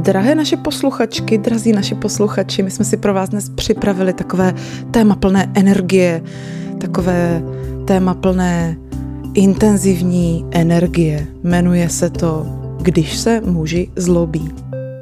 Drahé naše posluchačky, drazí naši posluchači, my jsme si pro vás dnes připravili takové téma plné energie, takové téma plné intenzivní energie. Jmenuje se to Když se muži zlobí.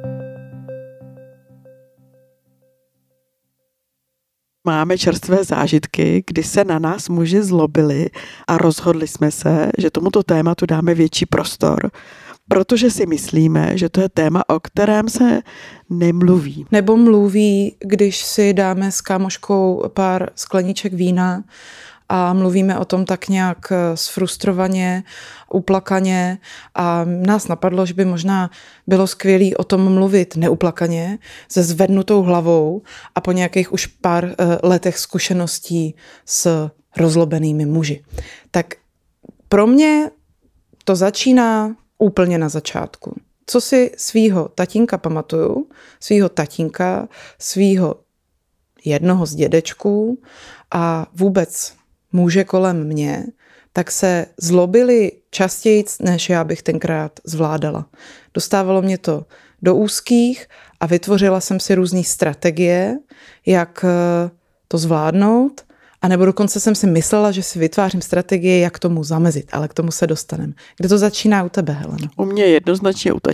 Máme čerstvé zážitky, kdy se na nás muži zlobili a rozhodli jsme se, že tomuto tématu dáme větší prostor, protože si myslíme, že to je téma, o kterém se nemluví. Nebo mluví, když si dáme s kámoškou pár skleniček vína a mluvíme o tom tak nějak sfrustrovaně, uplakaně a nás napadlo, že by možná bylo skvělé o tom mluvit neuplakaně, se zvednutou hlavou a po nějakých už pár letech zkušeností s rozlobenými muži. Tak pro mě to začíná úplně na začátku. Co si svýho tatínka pamatuju, svýho tatínka, svýho jednoho z dědečků a vůbec muže kolem mě, tak se zlobili častěji, než já bych tenkrát zvládala. Dostávalo mě to do úzkých a vytvořila jsem si různý strategie, jak to zvládnout, a nebo dokonce jsem si myslela, že si vytvářím strategie, jak tomu zamezit, ale k tomu se dostaneme. Kde to začíná u tebe, Heleno? U mě jednoznačně u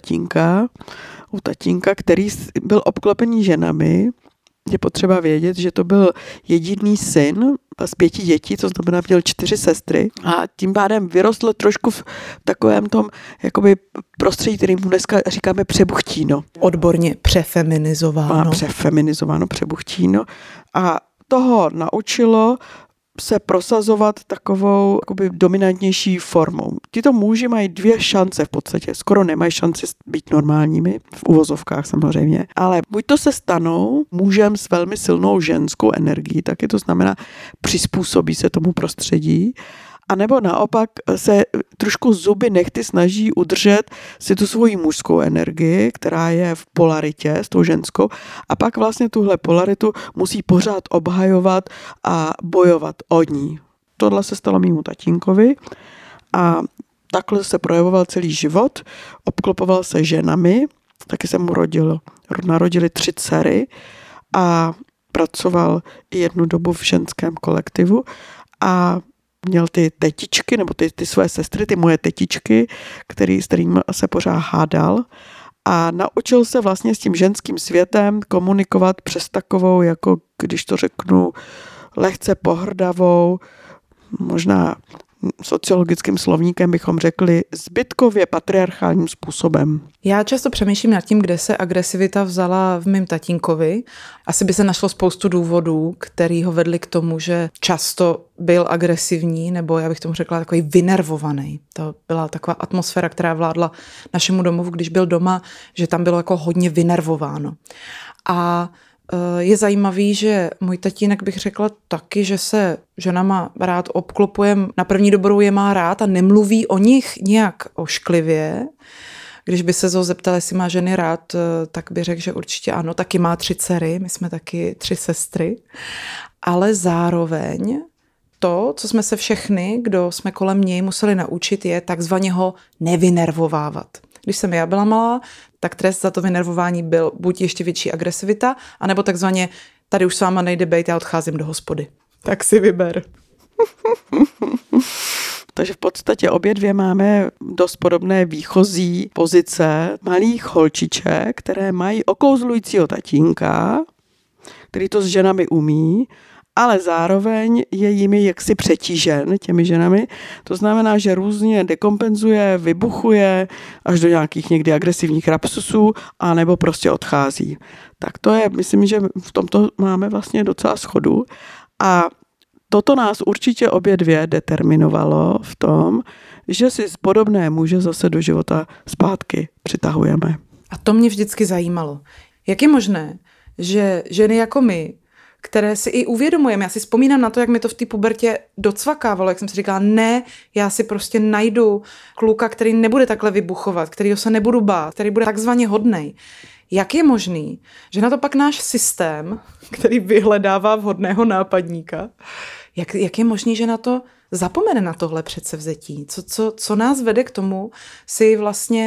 tatínka, který byl obklopený ženami. Je potřeba vědět, že to byl jediný syn z 5 dětí, to znamená, měl 4 sestry a tím pádem vyrostl trošku v takovém tom jakoby prostředí, kterým mu dneska říkáme přebuchtíno. Odborně přefeminizováno. Přefeminizováno, přebuchtíno. A toho naučilo se prosazovat takovou jakoby dominantnější formou. Tito muži mají 2 šance v podstatě. Skoro nemají šanci být normálními, v uvozovkách samozřejmě, ale buď to se stanou mužem s velmi silnou ženskou energií, taky to znamená přizpůsobí se tomu prostředí, a nebo naopak se trošku zuby nehty snaží udržet si tu svoji mužskou energii, která je v polaritě s tou ženskou, a pak vlastně tuhle polaritu musí pořád obhajovat a bojovat o ní. Tohle se stalo mému tatínkovi a takhle se projevoval celý život, obklopoval se ženami, taky se mu narodili 3 dcery a pracoval i jednu dobu v ženském kolektivu a měl ty tetičky, nebo ty své sestry, ty moje tetičky, s kterým se pořád hádal a naučil se vlastně s tím ženským světem komunikovat přes takovou, jako když to řeknu, lehce pohrdavou, možná sociologickým slovníkem bychom řekli zbytkově patriarchálním způsobem. Já často přemýšlím nad tím, kde se agresivita vzala v mém tatínkovi. Asi by se našlo spoustu důvodů, který ho vedli k tomu, že často byl agresivní, nebo já bych tomu řekla takový vynervovaný. To byla taková atmosféra, která vládla našemu domovu, když byl doma, že tam bylo jako hodně vynervováno. A je zajímavý, že můj tatínek bych řekla taky, že se ženama rád obklopuje, na první dobrou je má rád a nemluví o nich nějak ošklivě. Když by se zeptal, jestli má ženy rád, tak by řekl, že určitě ano, taky má 3 dcery, my jsme taky 3 sestry. Ale zároveň to, co jsme se všechny, kdo jsme kolem něj museli naučit, je takzvaně ho nevynervovávat. Když jsem já byla malá, tak trest za to vynervování byl buď ještě větší agresivita, anebo takzvaně tady už s váma nejde bejt, já odcházím do hospody. Tak si vyber. Takže v podstatě obě dvě máme dost podobné výchozí pozice malých holčiček, které mají okouzlujícího tatínka, který to s ženami umí, ale zároveň je jimi jaksi přetížen těmi ženami. To znamená, že různě dekompenzuje, vybuchuje až do nějakých někdy agresivních rapsusů a nebo prostě odchází. Tak to je, myslím, že v tomto máme vlastně docela shodu. A toto nás určitě obě dvě determinovalo v tom, že si z podobné muže zase do života zpátky přitahujeme. A to mě vždycky zajímalo. Jak je možné, že ženy jako my, které si i uvědomujeme, já si vzpomínám na to, jak mi to v té pubertě docvakávalo, jak jsem si říkala, ne, já si prostě najdu kluka, který nebude takhle vybuchovat, kterýho se nebudu bát, který bude takzvaně hodnej. Jak je možný, že na to pak náš systém, který vyhledává vhodného nápadníka, jak je možný, že na to zapomene na tohle předsevzetí? Co nás vede k tomu si vlastně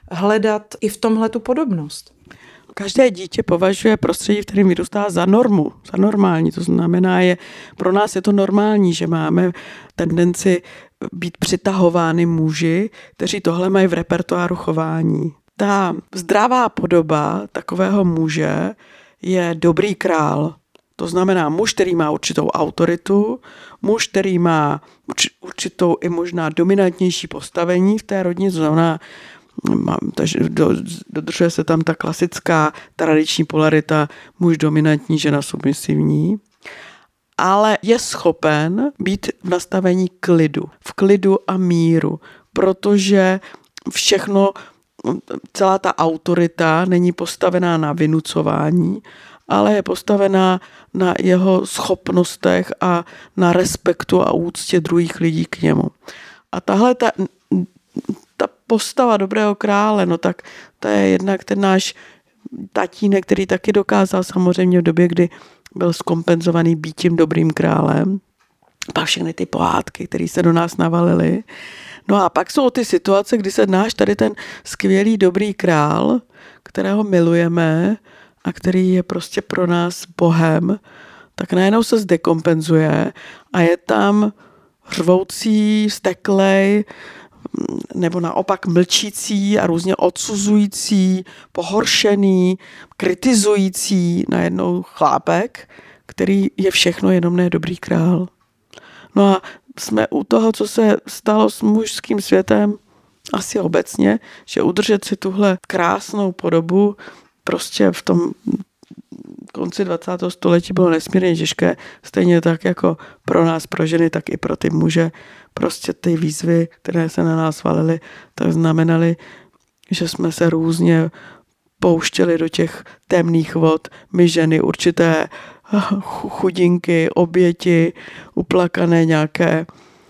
hledat i v tomhle tu podobnost. Každé dítě považuje prostředí, v kterém vyrůstá, za normu, za normální. To znamená, pro nás je to normální, že máme tendenci být přitahovány muži, kteří tohle mají v repertoáru chování. Ta zdravá podoba takového muže je dobrý král. To znamená muž, který má určitou autoritu, muž, který má určitou i možná dominantnější postavení v té rodině, to znamená, takže dodržuje se tam ta klasická tradiční polarita muž dominantní, žena submisivní, ale je schopen být v nastavení klidu, v klidu a míru, protože všechno, celá ta autorita není postavená na vynucování, ale je postavená na jeho schopnostech a na respektu a úctě druhých lidí k němu. A tahle ta postava dobrého krále, no tak to je jednak ten náš tatínek, který taky dokázal samozřejmě v době, kdy byl zkompenzovaný býtím dobrým králem. Pak všechny ty pohádky, které se do nás navalily. No a pak jsou ty situace, kdy se náš tady ten skvělý dobrý král, kterého milujeme a který je prostě pro nás bohem, tak najednou se zdekompenzuje a je tam řvoucí, vzteklej, nebo naopak mlčící a různě odsuzující, pohoršený, kritizující najednou chlápek, který je všechno jenom ne dobrý král. No a jsme u toho, co se stalo s mužským světem asi obecně, že udržet si tuhle krásnou podobu prostě v tom konci 20. století bylo nesmírně těžké, stejně tak jako pro nás, pro ženy, tak i pro ty muže. Prostě ty výzvy, které se na nás valily, tak znamenaly, že jsme se různě pouštěli do těch temných vod. My ženy určité chudinky, oběti, uplakané nějaké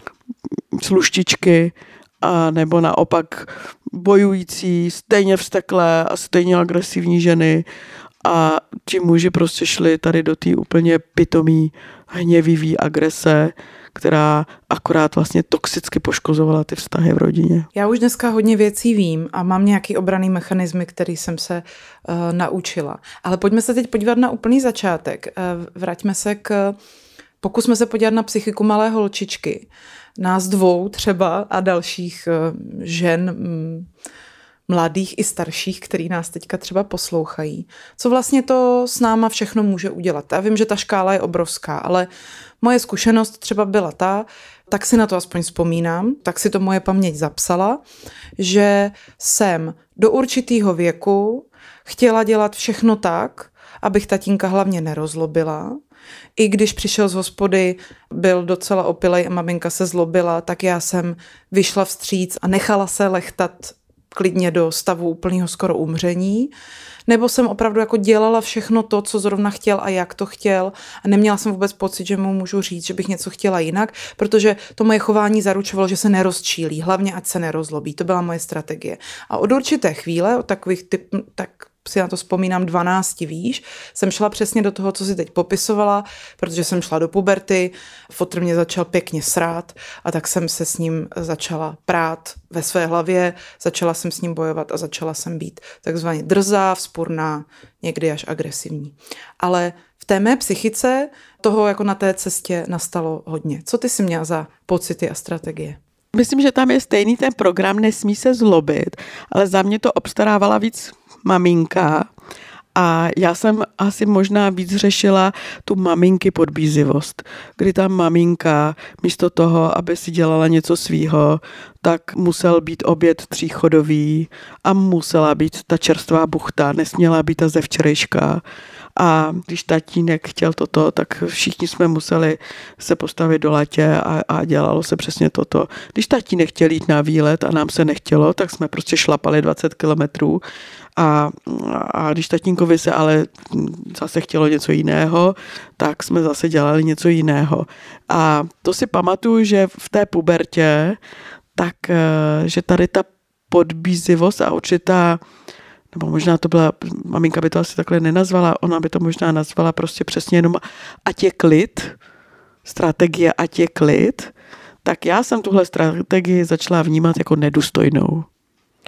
sluštičky, a nebo naopak bojující, stejně vzteklé a stejně agresivní ženy. A ti muži prostě šli tady do té úplně pitomý, hněvivý agrese, která akorát vlastně toxicky poškozovala ty vztahy v rodině. Já už dneska hodně věcí vím a mám nějaký obranný mechanismy, který jsem se naučila. Ale pojďme se teď podívat na úplný začátek. Vraťme se pokusme se podívat na psychiku malé holčičky. Nás dvou třeba a dalších žen, mladých i starších, který nás teďka třeba poslouchají. Co vlastně to s náma všechno může udělat? Já vím, že ta škála je obrovská, ale moje zkušenost třeba byla tak si na to aspoň vzpomínám, tak si to moje paměť zapsala, že jsem do určitého věku chtěla dělat všechno tak, abych tatínka hlavně nerozlobila. I když přišel z hospody, byl docela opilej a maminka se zlobila, tak já jsem vyšla vstříc a nechala se lechtat klidně do stavu úplného skoro umření, nebo jsem opravdu jako dělala všechno to, co zrovna chtěl a jak to chtěl a neměla jsem vůbec pocit, že mu můžu říct, že bych něco chtěla jinak, protože to moje chování zaručovalo, že se nerozčílí, hlavně ať se nerozlobí, to byla moje strategie. A od určité chvíle, od takových tak si na to vzpomínám 12 výš, jsem šla přesně do toho, co si teď popisovala, protože jsem šla do puberty, fotr mě začal pěkně srát a tak jsem se s ním začala prát ve své hlavě, začala jsem s ním bojovat a začala jsem být takzvaně drzá, vzpurná, někdy až agresivní. Ale v té mé psychice toho jako na té cestě nastalo hodně. Co ty jsi měla za pocity a strategie? Myslím, že tam je stejný ten program, nesmí se zlobit, ale za mě to obstarávala víc maminka a já jsem asi možná víc řešila tu maminky podbízivost, kdy ta maminka místo toho, aby si dělala něco svýho, tak musel být oběd tříchodový a musela být ta čerstvá buchta, nesměla být ta ze včerejška. A když tatínek chtěl toto, tak všichni jsme museli se postavit do latě a dělalo se přesně toto. Když tatínek chtěl jít na výlet a nám se nechtělo, tak jsme prostě šlapali 20 kilometrů a když tatínkovi se ale zase chtělo něco jiného, tak jsme zase dělali něco jiného. A to si pamatuju, že v té pubertě, tak že tady ta podbízivost a určitá, nebo možná to byla, maminka by to asi takhle nenazvala, ona by to možná nazvala prostě přesně jenom ať je klid, strategie ať je klid, tak já jsem tuhle strategii začala vnímat jako nedůstojnou.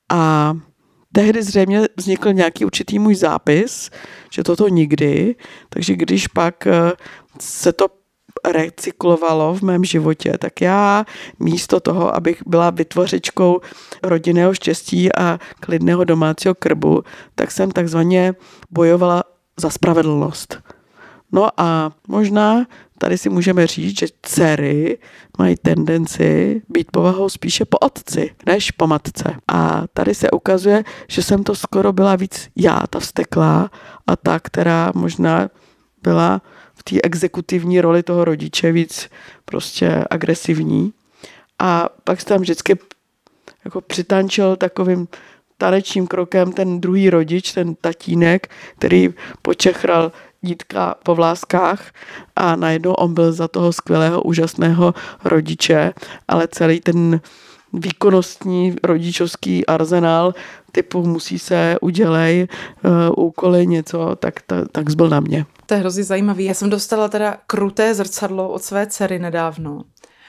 A tehdy zřejmě vznikl nějaký určitý můj zápis, že toto nikdy, takže když pak se to recyklovalo v mém životě, tak já místo toho, abych byla vytvořičkou rodinného štěstí a klidného domácího krbu, tak jsem takzvaně bojovala za spravedlnost. No a možná tady si můžeme říct, že dcery mají tendenci být povahou spíše po otci, než po matce. A tady se ukazuje, že jsem to skoro byla víc já, ta vzteklá, a ta, která možná byla v té exekutivní roli toho rodiče víc prostě agresivní. A pak se tam vždycky jako přitančil takovým tanečním krokem ten druhý rodič, ten tatínek, který počechral dítka po vláskách a najednou on byl za toho skvělého, úžasného rodiče, ale celý ten výkonnostní rodičovský arzenál typu musí se, udělej, úkoly, něco, tak zbyl na mě. To je hrozně zajímavý. Já jsem dostala teda kruté zrcadlo od své dcery nedávno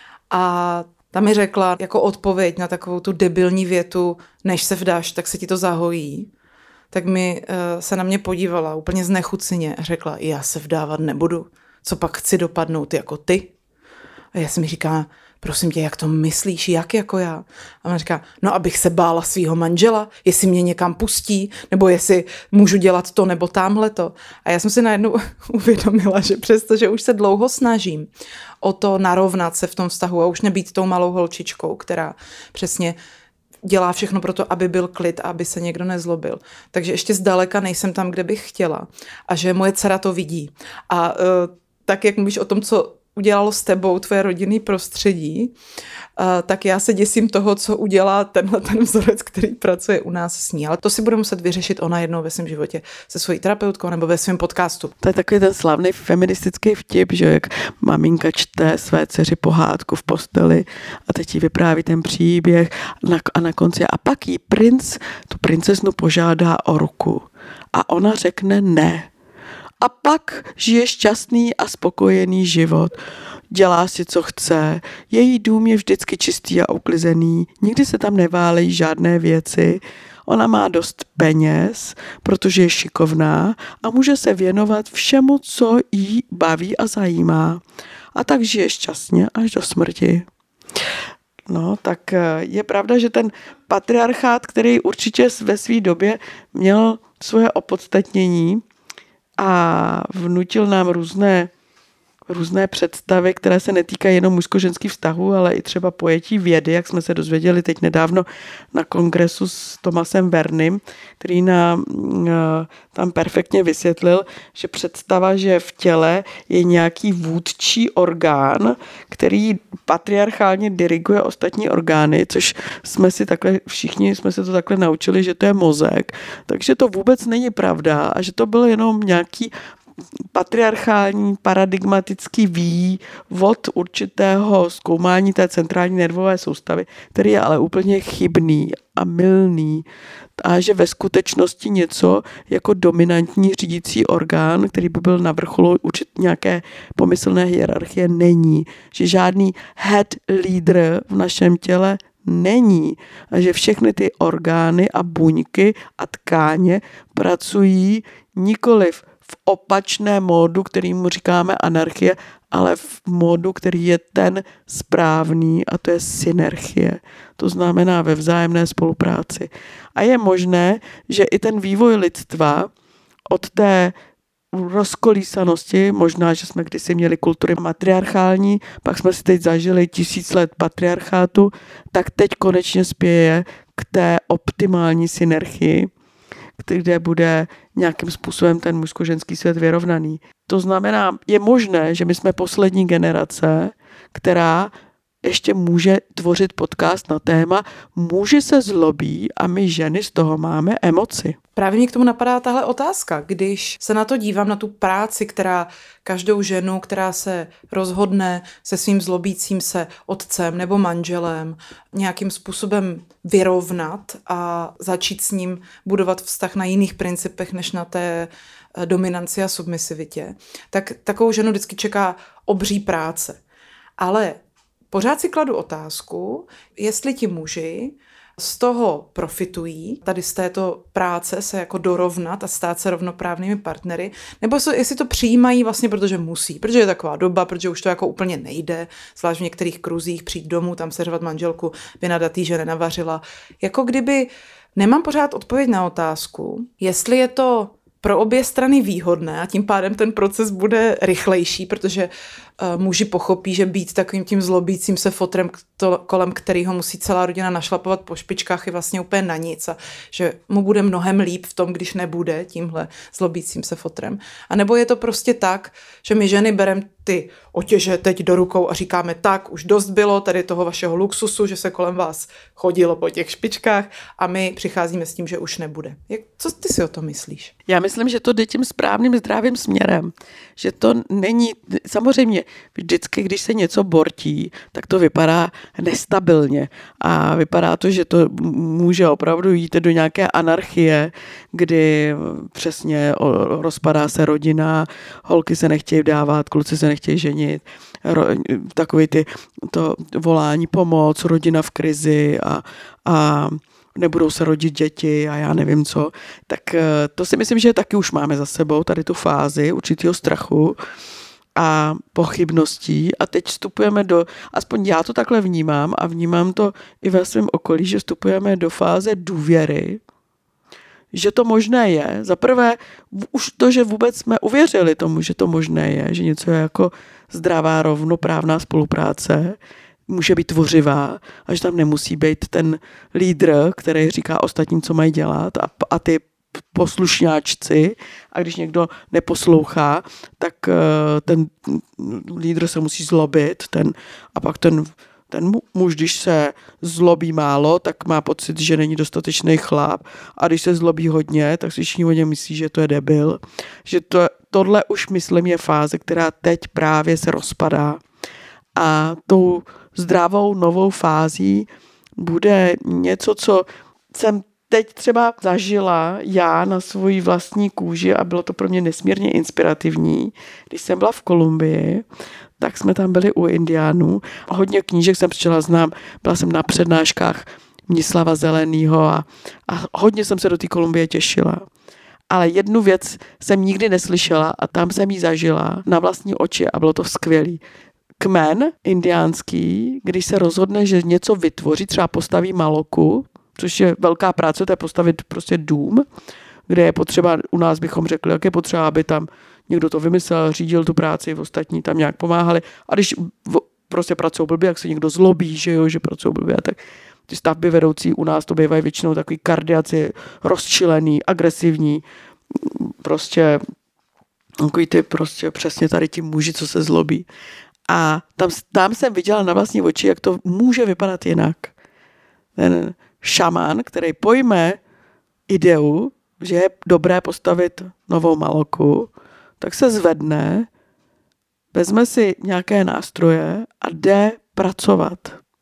a ta mi řekla jako odpověď na takovou tu debilní větu, než se vdáš, tak se ti to zahojí. Tak mi se na mě podívala úplně znechuceně a řekla, já se vdávat nebudu, co pak chci dopadnout jako ty. A já jsem mi říkala, prosím tě, jak to myslíš, jak jako já? A ona říká, no abych se bála svýho manžela, jestli mě někam pustí, nebo jestli můžu dělat to nebo támhleto. A já jsem si najednou uvědomila, že přestože už se dlouho snažím o to narovnat se v tom vztahu a už nebýt tou malou holčičkou, která přesně dělá všechno pro to, aby byl klid a aby se někdo nezlobil. Takže ještě zdaleka nejsem tam, kde bych chtěla. A že moje dcera to vidí. A tak, jak mluvíš o tom, co udělalo s tebou tvoje rodinný prostředí, tak já se děsím toho, co udělá ten vzorec, který pracuje u nás s ní. Ale to si bude muset vyřešit ona jednou ve svém životě se svojí terapeutkou nebo ve svém podcastu. To je takový ten slavný feministický vtip, že jak maminka čte své dceři pohádku v posteli a teď jí vypráví ten příběh a na konci a pak jí tu princeznu požádá o ruku a ona řekne ne. A pak žije šťastný a spokojený život. Dělá si, co chce. Její dům je vždycky čistý a uklizený. Nikdy se tam neválejí žádné věci. Ona má dost peněz, protože je šikovná a může se věnovat všemu, co jí baví a zajímá. A tak žije šťastně až do smrti. No, tak je pravda, že ten patriarchát, který určitě ve své době měl svoje opodstatnění, a vnutil nám různé představy, které se netýkají jenom mužsko-ženských vztahů, ale i třeba pojetí vědy, jak jsme se dozvěděli teď nedávno na kongresu s Thomasem Vernem, který nám tam perfektně vysvětlil, že představa, že v těle je nějaký vůdčí orgán, který patriarchálně diriguje ostatní orgány, což všichni jsme se to takhle naučili, že to je mozek, takže to vůbec není pravda a že to byl jenom nějaký patriarchální paradigmatický vývod určitého zkoumání té centrální nervové soustavy, který je ale úplně chybný a mylný a že ve skutečnosti něco jako dominantní řídící orgán, který by byl na vrcholu nějaké pomyslné hierarchie, není. Že žádný head leader v našem těle není a že všechny ty orgány a buňky a tkáně pracují nikoliv v opačném módu, kterýmu říkáme anarchie, ale v módu, který je ten správný a to je synergie. To znamená ve vzájemné spolupráci. A je možné, že i ten vývoj lidstva od té rozkolísanosti, možná, že jsme kdysi měli kultury matriarchální, pak jsme si teď zažili 1000 let patriarchátu, tak teď konečně spěje k té optimální synergii, kde bude nějakým způsobem ten mužsko-ženský svět vyrovnaný. To znamená, je možné, že my jsme poslední generace, která ještě může tvořit podcast na téma muži se zlobí a my ženy z toho máme emoci. Právě mě k tomu napadá tahle otázka. Když se na to dívám, na tu práci, která každou ženu, která se rozhodne se svým zlobícím se otcem nebo manželem nějakým způsobem vyrovnat a začít s ním budovat vztah na jiných principech, než na té dominanci a submisivitě, tak takovou ženu vždycky čeká obří práce. Ale pořád si kladu otázku, jestli ti muži z toho profitují, tady z této práce se jako dorovnat a stát se rovnoprávnými partnery, nebo jestli to přijímají vlastně, protože musí, protože je taková doba, protože už to jako úplně nejde, zvlášť v některých kruzích přijít domů, tam seřvat manželku, by nadatý, že nenavařila. Jako kdyby nemám pořád odpověď na otázku, jestli je to pro obě strany výhodné a tím pádem ten proces bude rychlejší, protože muži pochopí, že být takovým tím zlobícím se fotrem, kolem kterého musí celá rodina našlapovat po špičkách, je vlastně úplně na nic a že mu bude mnohem líp v tom, když nebude tímhle zlobícím se fotrem. A nebo je to prostě tak, že my ženy bereme ty otěže teď do rukou a říkáme tak, už dost bylo tady toho vašeho luxusu, že se kolem vás chodilo po těch špičkách a my přicházíme s tím, že už nebude. Co ty si o tom myslíš? Já myslím, že to jde tím správným zdravým směrem. Že to není, samozřejmě vždycky, když se něco bortí, tak to vypadá nestabilně a vypadá to, že to může opravdu jít do nějaké anarchie, kdy přesně rozpadá se rodina, holky se nechtějí vdávat, kluci se nechtějí ženit, takový to volání pomoc, rodina v krizi a nebudou se rodit děti a já nevím co, tak to si myslím, že taky už máme za sebou, tady tu fázi určitého strachu a pochybností a teď vstupujeme aspoň já to takhle vnímám a vnímám to i ve svém okolí, že vstupujeme do fáze důvěry, že to možné je. Za prvé už to, že vůbec jsme uvěřili tomu, že to možné je, že něco je jako zdravá, rovnoprávná spolupráce, může být tvořivá a že tam nemusí být ten lídr, který říká ostatním, co mají dělat a ty poslušňáčci a když někdo neposlouchá, tak ten lídr se musí zlobit a pak ten muž, když se zlobí málo, tak má pocit, že není dostatečný chlap a když se zlobí hodně, tak si všichni o něm myslí, že to je debil. Že tohle už myslím je fáze, která teď právě se rozpadá a tou zdravou novou fází bude něco, co jsem teď třeba zažila já na svojí vlastní kůži a bylo to pro mě nesmírně inspirativní. Když jsem byla v Kolumbii, tak jsme tam byli u indiánů. Hodně knížek jsem přečetla, znám, byla jsem na přednáškách Mnislava Zelenýho a hodně jsem se do té Kolumbie těšila. Ale jednu věc jsem nikdy neslyšela a tam jsem ji zažila na vlastní oči a bylo to skvělý. Kmen indiánský, když se rozhodne, že něco vytvoří, třeba postaví maloku, což je velká práce, to je postavit prostě dům, kde je potřeba, u nás bychom řekli, jak je potřeba, aby tam někdo to vymyslel, řídil tu práci, ostatní tam nějak pomáhali. A když prostě pracují blbě, jak se někdo zlobí, že pracují blbě, tak ty stavby vedoucí u nás to bývají většinou takový kardiaci, rozčilený, agresivní, prostě takový ty prostě přesně tady ti muži, co se zlobí. A tam jsem viděla na vlastní oči, jak to může vypadat jinak. Ten šaman, který pojme ideu, že je dobré postavit novou maloku, tak se zvedne, vezme si nějaké nástroje a jde pracovat.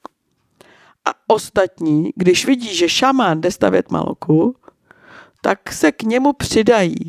A ostatní, když vidí, že šaman jde stavět maloku, tak se k němu přidají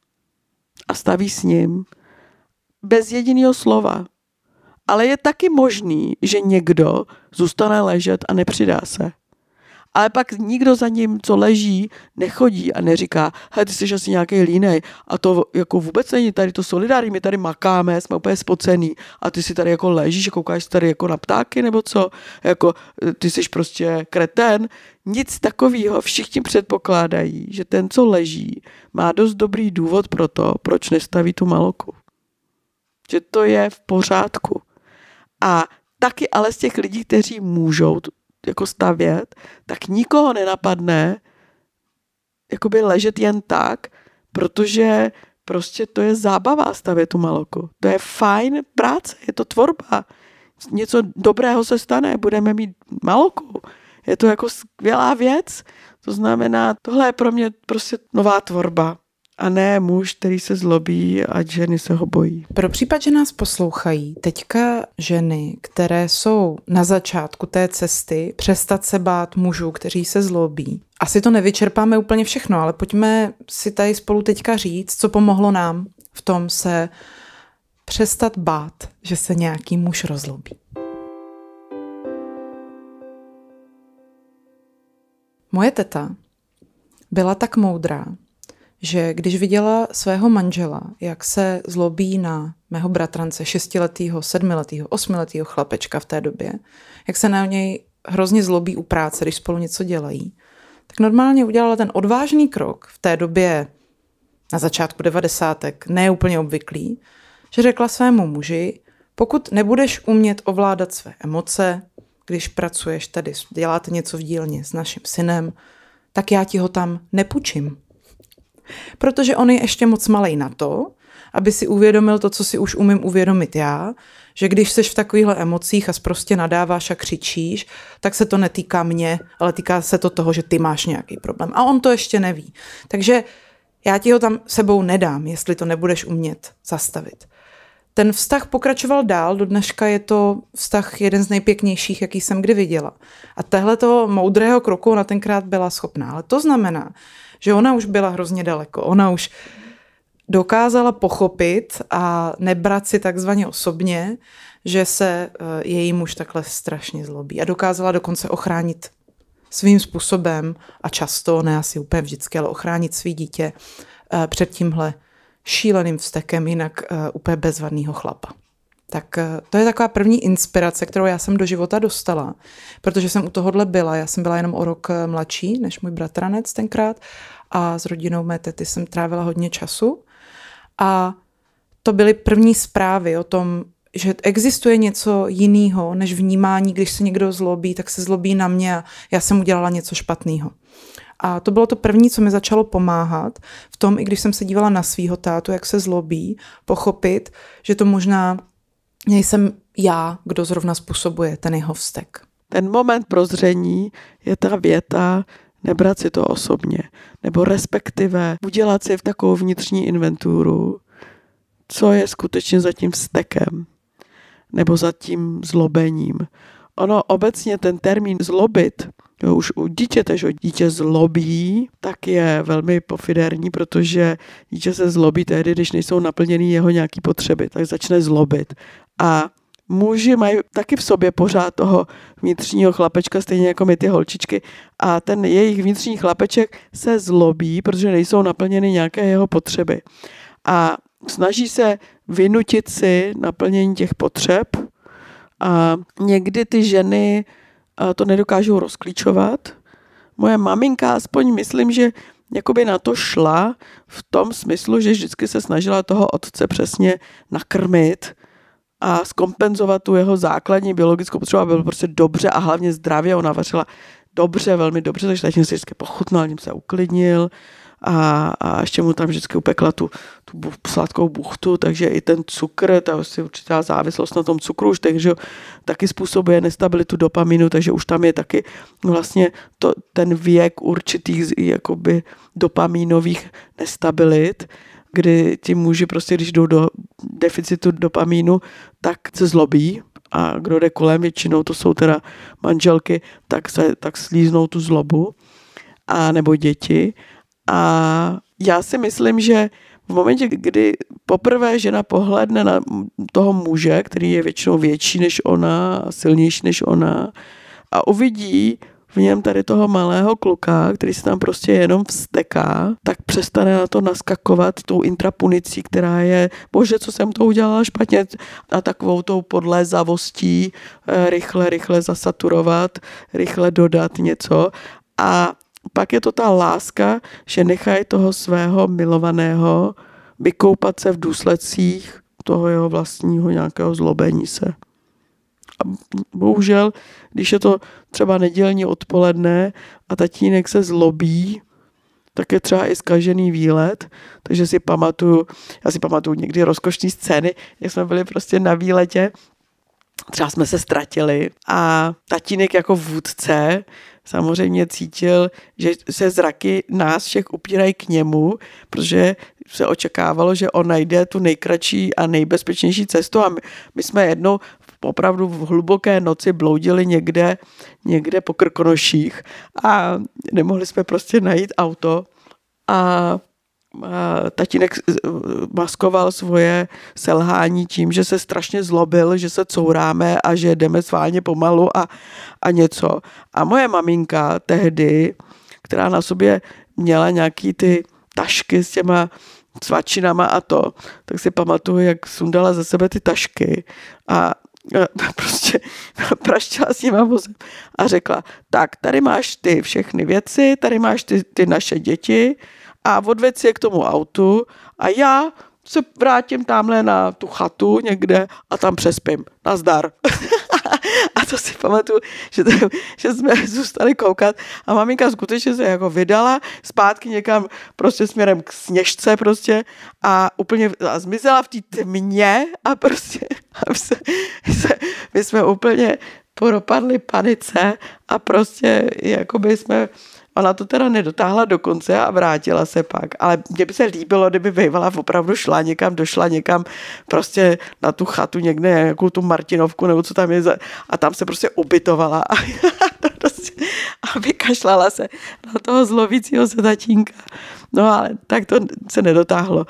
a staví s ním bez jediného slova. Ale je taky možný, že někdo zůstane ležet a nepřidá se. Ale pak nikdo za ním, co leží, nechodí a neříká, hej, ty jsi asi nějaký línej a to jako vůbec není tady to solidární, my tady makáme, jsme úplně spocený a ty si tady jako ležíš a koukáš tady jako na ptáky nebo co, jako ty jsi prostě kretén. Nic takového, všichni předpokládají, že ten, co leží, má dost dobrý důvod pro to, proč nestaví tu maloku. Že to je v pořádku. A taky ale z těch lidí, kteří můžou jako stavět, tak nikoho nenapadne jakoby ležet jen tak, protože prostě to je zábava stavět tu maloku. To je fajn práce, je to tvorba. Něco dobrého se stane, budeme mít maloku. Je to jako skvělá věc. To znamená, tohle je pro mě prostě nová tvorba. A ne muž, který se zlobí a ženy se ho bojí. Pro případ, že nás poslouchají teďka ženy, které jsou na začátku té cesty, přestat se bát mužů, kteří se zlobí. Asi to nevyčerpáme úplně všechno, ale pojďme si tady spolu teďka říct, co pomohlo nám v tom se přestat bát, že se nějaký muž rozlobí. Moje teta byla tak moudrá, že když viděla svého manžela, jak se zlobí na mého bratrance 6letého, 7letého, 8letého chlapečka v té době, jak se na něj hrozně zlobí u práce, když spolu něco dělají, tak normálně udělala ten odvážný krok v té době na začátku 90. ne úplně obvyklý, že řekla svému muži, pokud nebudeš umět ovládat své emoce, když pracuješ tady, děláte něco v dílně s naším synem, tak já ti ho tam nepůjčím. Protože on je ještě moc malej na to, aby si uvědomil to, co si už umím uvědomit já, že když seš v takovýchhle emocích a prostě nadáváš a křičíš, tak se to netýká mě, ale týká se to toho, že ty máš nějaký problém. A on to ještě neví. Takže já ti ho tam sebou nedám, jestli to nebudeš umět zastavit. Ten vztah pokračoval dál, do dneška je to vztah jeden z nejpěknějších, jaký jsem kdy viděla. A tohletoho moudrého kroku ona tenkrát byla schopná. Ale to znamená, že ona už byla hrozně daleko. Ona už dokázala pochopit a nebrat si takzvaně osobně, že se její muž takhle strašně zlobí. A dokázala dokonce ochránit svým způsobem a často, ne asi úplně vždycky, ale ochránit svý dítě před tímhle šíleným vztekem jinak úplně bezvadného chlapa. Tak to je taková první inspirace, kterou já jsem do života dostala, protože jsem u tohohle byla. Já jsem byla jenom o rok mladší než můj bratranec tenkrát a s rodinou mé tety jsem trávila hodně času. A to byly první zprávy o tom, že existuje něco jiného než vnímání, když se někdo zlobí, tak se zlobí na mě a já jsem udělala něco špatného. A to bylo to první, co mi začalo pomáhat v tom, i když jsem se dívala na svýho tátu, jak se zlobí, pochopit, že to možná nejsem já, kdo zrovna způsobuje ten jeho vztek. Ten moment prozření je ta věta, nebrat si to osobně, nebo respektive udělat si v takovou vnitřní inventuru, co je skutečně za tím vztekem, nebo za tím zlobením. Ono obecně ten termín zlobit, už u dítěte, že dítě zlobí, tak je velmi pofiderní, protože dítě se zlobí tehdy, když nejsou naplněny jeho nějaké potřeby, tak začne zlobit. A muži mají taky v sobě pořád toho vnitřního chlapečka, stejně jako my ty holčičky, a ten jejich vnitřní chlapeček se zlobí, protože nejsou naplněny nějaké jeho potřeby. A snaží se vynutit si naplnění těch potřeb a někdy ty ženy to nedokážou rozklíčovat. Moje maminka aspoň myslím, že jakoby na to šla v tom smyslu, že vždycky se snažila toho otce přesně nakrmit a zkompenzovat tu jeho základní biologickou potřebu, aby byl prostě dobře a hlavně zdravě. Ona vařila dobře, velmi dobře, takže tatín si vždycky pochutnal, tím se uklidnil a ještě mu tam vždycky upekla tu sladkou buchtu, takže i ten cukr, ta je určitá závislost na tom cukru, už takže taky způsobuje nestabilitu dopaminu, takže už tam je taky vlastně ten věk určitých jakoby dopaminových nestabilit, kdy ti muži prostě, když jdou do deficitu dopamínu, tak se zlobí a kdo jde kolem, většinou to jsou teda manželky, tak slíznou tu zlobu a nebo děti. A já si myslím, že v momentě, kdy poprvé žena pohlédne na toho muže, který je většinou větší než ona, silnější než ona a uvidí v něm tady toho malého kluka, který se tam prostě jenom vzteká, tak přestane na to naskakovat tou intrapunicí, která je, bože, co jsem to udělala špatně, a takovou tou podlézavostí rychle zasaturovat, rychle dodat něco. A pak je to ta láska, že nechají toho svého milovaného vykoupat se v důsledcích toho jeho vlastního nějakého zlobení se. A bohužel, když je to třeba nedělní odpoledne a tatínek se zlobí, tak je třeba i zkažený výlet, takže já si pamatuju někdy rozkošné scény, jak jsme byli prostě na výletě, třeba jsme se ztratili a tatínek jako vůdce samozřejmě cítil, že se zraky nás všech upírají k němu, protože se očekávalo, že on najde tu nejkratší a nejbezpečnější cestu a my jsme jednou opravdu v hluboké noci bloudili někde po Krkonoších a nemohli jsme prostě najít auto a tatínek maskoval svoje selhání tím, že se strašně zlobil, že se couráme a že jdeme sválně pomalu a něco. A moje maminka tehdy která na sobě měla nějaký ty tašky s těma svačinama a to, tak si pamatuju, jak sundala ze sebe ty tašky a prostě praštěla s nima vozem a řekla, tak tady máš ty všechny věci, tady máš ty naše děti a odved si je k tomu autu a já se vrátím tamhle na tu chatu někde a tam přespím. Nazdar. A to si pamatuju, že jsme zůstali koukat a maminka skutečně se jako vydala zpátky někam prostě směrem k Sněžce prostě a úplně zmizela v té tmě a prostě my jsme úplně propadli panice a prostě jakoby ona to teda nedotáhla do konce a vrátila se pak, ale mně by se líbilo, kdyby Vejvala opravdu došla někam prostě na tu chatu někde, nějakou tu Martinovku nebo co tam je a tam se prostě ubytovala a vykašlala se na toho zlovícího se tatínka. No ale tak to se nedotáhlo.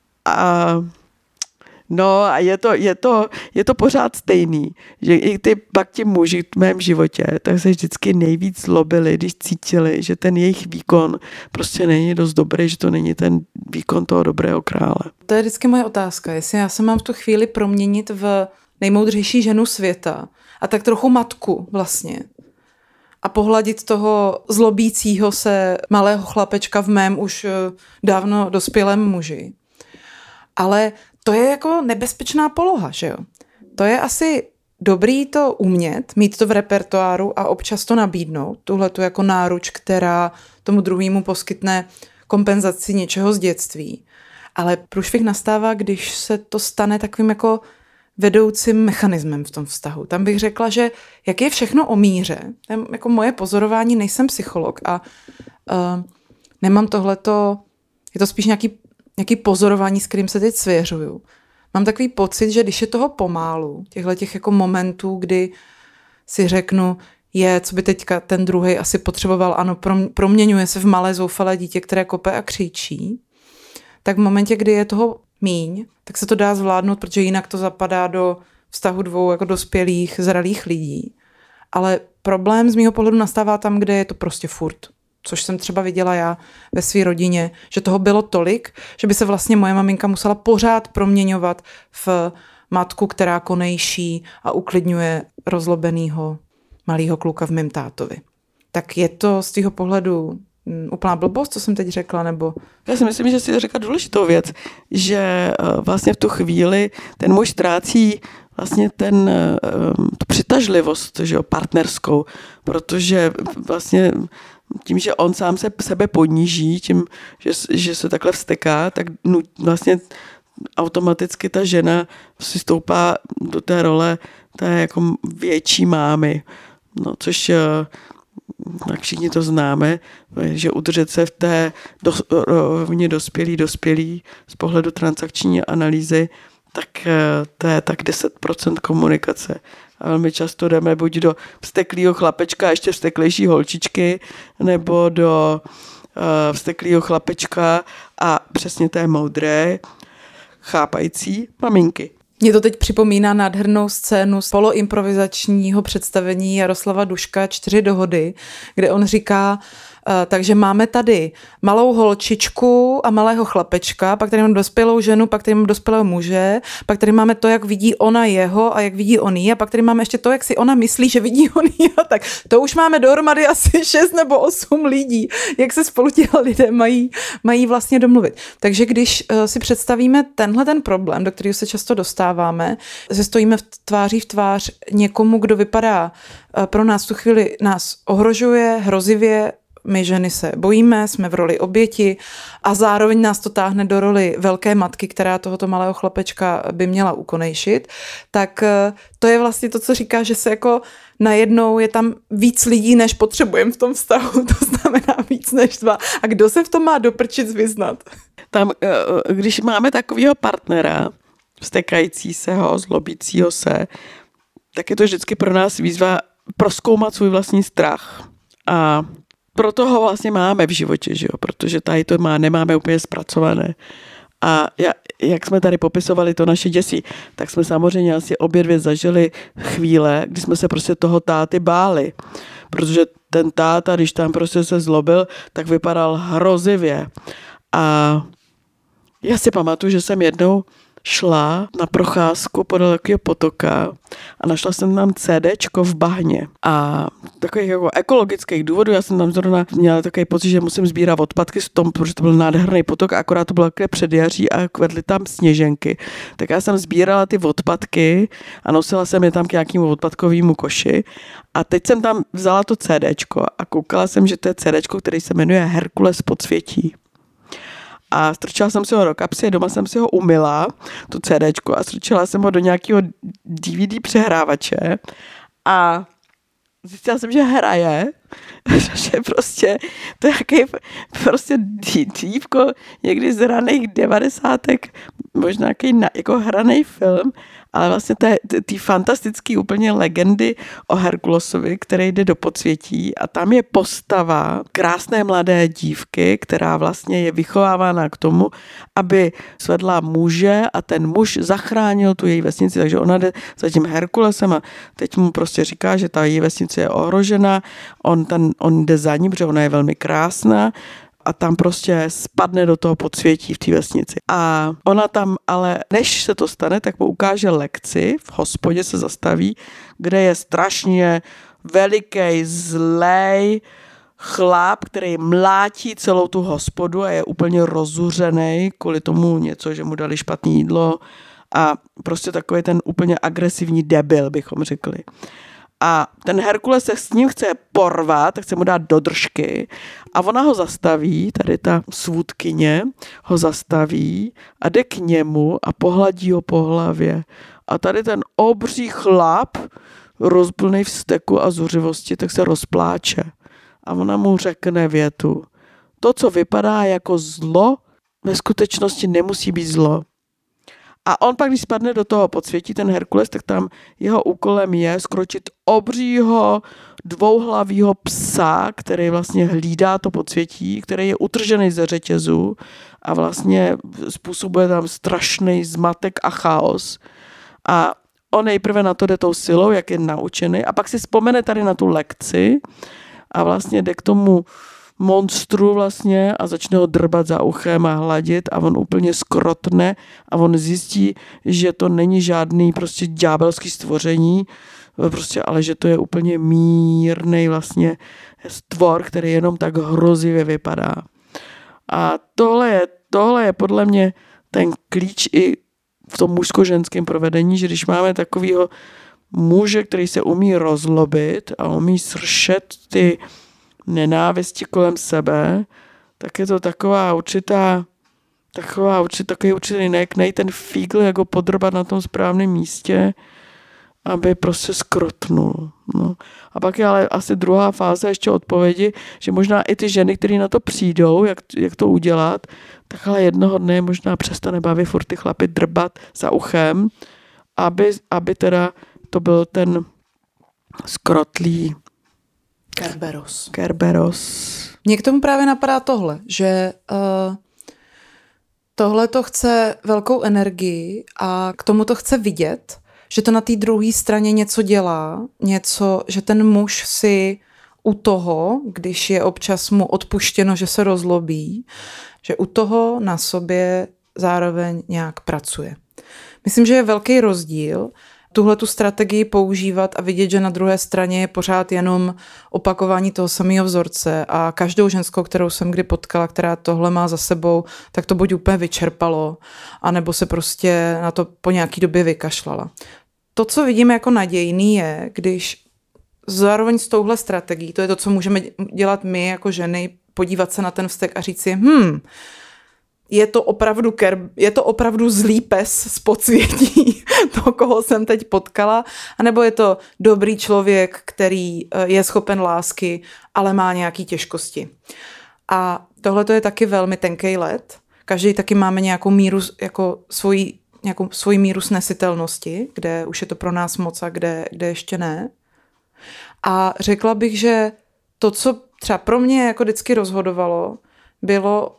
A je to pořád stejný, že i pak ti muži v mém životě, tak se vždycky nejvíc zlobili, když cítili, že ten jejich výkon prostě není dost dobrý, že to není ten výkon toho dobrého krále. To je vždycky moje otázka, jestli já se mám v tu chvíli proměnit v nejmoudřejší ženu světa a tak trochu matku vlastně a pohladit toho zlobícího se malého chlapečka v mém už dávno dospělém muži. Ale to je jako nebezpečná poloha, že jo? To je asi dobrý to umět, mít to v repertoáru a občas to nabídnout, tuhletu jako náruč, která tomu druhému poskytne kompenzaci něčeho z dětství. Ale průšvih nastává, když se to stane takovým jako vedoucím mechanismem v tom vztahu. Tam bych řekla, že jak je všechno o míře, jako moje pozorování, nejsem psycholog a nemám tohleto, je to spíš nějaký pozorování, s kterým se teď svěřuju. Mám takový pocit, že když je toho pomálu, těch jako momentů, kdy si řeknu, co by teďka ten druhej asi potřeboval, ano, proměňuje se v malé zoufalé dítě, které kope a křičí, tak v momentě, kdy je toho míň, tak se to dá zvládnout, protože jinak to zapadá do vztahu dvou jako dospělých, zralých lidí. Ale problém z mýho pohledu nastává tam, kde je to prostě furt. Což jsem třeba viděla já ve své rodině, že toho bylo tolik, že by se vlastně moje maminka musela pořád proměňovat v matku, která konejší a uklidňuje rozlobenýho malýho kluka v mém tátovi. Tak je to z tvýho pohledu úplná blbost, co jsem teď řekla, nebo? Já si myslím, že si řekla důležitou věc, že vlastně v tu chvíli ten muž ztrácí vlastně tu přitažlivost, že jo, partnerskou, protože vlastně tím, že on sám sebe poníží, tím, že se takhle vzteká, tak vlastně automaticky ta žena si stoupá do té role té jako větší mámy. No, což tak všichni to známe, že udržet se v té rovně dospělý z pohledu transakční analýzy, tak to je tak 10% komunikace. A velmi často jdeme buď do vzteklého chlapečka a ještě vzteklejší holčičky, nebo do vzteklého chlapečka a přesně té moudré, chápající maminky. Mně to teď připomíná nádhernou scénu z poloimprovizačního představení Jaroslava Duška 4 dohody, kde on říká, takže máme tady malou holčičku a malého chlapečka, pak tady mám dospělou ženu, pak tady mám dospělého muže, pak tady máme to, jak vidí ona jeho a jak vidí on jí, a pak tady máme ještě to, jak si ona myslí, že vidí on jí, a tak to už máme dohromady asi 6 nebo 8 lidí, jak se spolu ti lidé mají vlastně domluvit. Takže když si představíme tenhle ten problém, do kterého se často dostáváme, že stojíme tváří v tvář někomu, kdo vypadá pro nás v tu chvíli nás ohrožuje, hrozivě, my ženy se bojíme, jsme v roli oběti a zároveň nás to táhne do roli velké matky, která tohoto malého chlapečka by měla ukonejšit, tak to je vlastně to, co říká, že se jako najednou je tam víc lidí, než potřebujeme v tom vztahu, to znamená víc než 2. A kdo se v tom má do prčic vyznat? Tam, když máme takového partnera, vztekající se ho, zlobícího se, tak je to vždycky pro nás výzva prozkoumat svůj vlastní strach. A proto ho vlastně máme v životě, že jo? Protože tady to nemáme úplně zpracované. A jak jsme tady popisovali to naše děsí, tak jsme samozřejmě asi obě dvě zažili chvíle, kdy jsme se prostě toho táty báli. Protože ten táta, když tam prostě se zlobil, tak vypadal hrozivě. A já si pamatuju, že jsem jednou šla na procházku podél takového potoka a našla jsem tam CDčko v bahně. A takových jako ekologických důvodů, já jsem tam zrovna měla takový pocit, že musím sbírat odpadky z tom, protože to byl nádherný potok, a akorát to bylo takové předjaří a kvedly tam sněženky. Tak já jsem sbírala ty odpadky a nosila jsem je tam k nějakému odpadkovému koši. A teď jsem tam vzala to CDčko a koukala jsem, že to je CDčko, který se jmenuje Herkules podsvětí. A strčila jsem si ho do kapsy, doma jsem si ho umyla, to CDčko, a strčila jsem ho do nějakého DVD přehrávače a zjistila jsem, že hraje, že prostě to je jaký prostě dívko někdy z raných 90. možná jaký jako hraný film, ale vlastně ty fantastický úplně legendy o Herkulesovi, který jde do podsvětí, a tam je postava krásné mladé dívky, která vlastně je vychovávána k tomu, aby svedla muže a ten muž zachránil tu její vesnici, takže ona jde za tím Herkulesem a teď mu prostě říká, že ta její vesnice je ohrožena, on jde za ní, protože ona je velmi krásná, a tam prostě spadne do toho podsvětí v té vesnici. A ona tam ale, než se to stane, tak mu ukáže lekci, v hospodě se zastaví, kde je strašně veliký, zlej chlap, který mlátí celou tu hospodu a je úplně rozuřený kvůli tomu něco, že mu dali špatné jídlo a prostě takový ten úplně agresivní debil, bychom řekli. A ten Herkules se s ním chce porvat, chce mu dát do držky a ona ho zastaví, tady ta svůdkyně ho zastaví a jde k němu a pohladí ho po hlavě. A tady ten obří chlap, rozplnej vzteku a zuřivosti, tak se rozpláče. A ona mu řekne větu: to, co vypadá jako zlo, ve skutečnosti nemusí být zlo. A on pak, když spadne do toho podsvětí, ten Herkules, tak tam jeho úkolem je skročit obřího dvouhlavýho psa, který vlastně hlídá to podsvětí, který je utržený ze řetězu a vlastně způsobuje tam strašný zmatek a chaos. A on nejprve na to jde tou silou, jak je naučený, a pak si vzpomene tady na tu lekci a vlastně jde k tomu monstru vlastně a začne ho drbat za uchem a hladit a on úplně skrotne a on zjistí, že to není žádný prostě ďábelský stvoření, prostě, ale že to je úplně mírnej vlastně stvor, který jenom tak hrozivě vypadá. A tohle je podle mě ten klíč i v tom mužsko-ženském provedení, že když máme takovýho muže, který se umí rozlobit a umí sršet ty nenávisti kolem sebe, tak je to takový určitý neknej ten fígl, jak ho podrbat na tom správném místě, aby prostě skrotnul. No. A pak je ale asi druhá fáze ještě odpovědi, že možná i ty ženy, které na to přijdou, jak to udělat, tak ale jednoho dne možná přestane bavit furt ty chlapy drbat za uchem, aby teda to byl ten skrotlý Kerberos. Mně k tomu právě napadá tohle, že tohle to chce velkou energii a k tomu to chce vidět, že to na té druhé straně něco dělá, že ten muž si u toho, když je občas mu odpuštěno, že se rozlobí, že u toho na sobě zároveň nějak pracuje. Myslím, že je velký rozdíl tuhletu strategii používat a vidět, že na druhé straně je pořád jenom opakování toho samého vzorce a každou ženskou, kterou jsem kdy potkala, která tohle má za sebou, tak to buď úplně vyčerpalo, anebo se prostě na to po nějaký době vykašlala. To, co vidíme jako nadějný, je, když zároveň s touhle strategií, to je to, co můžeme dělat my jako ženy, podívat se na ten vztek a říct si, je to opravdu zlý pes z podsvětí, to, koho jsem teď potkala, anebo je to dobrý člověk, který je schopen lásky, ale má nějaké těžkosti. A tohle to je taky velmi tenký led. Každý taky máme nějakou míru, jako svoji míru snesitelnosti, kde už je to pro nás moc a kde ještě ne. A řekla bych, že to, co třeba pro mě jako vždycky rozhodovalo, bylo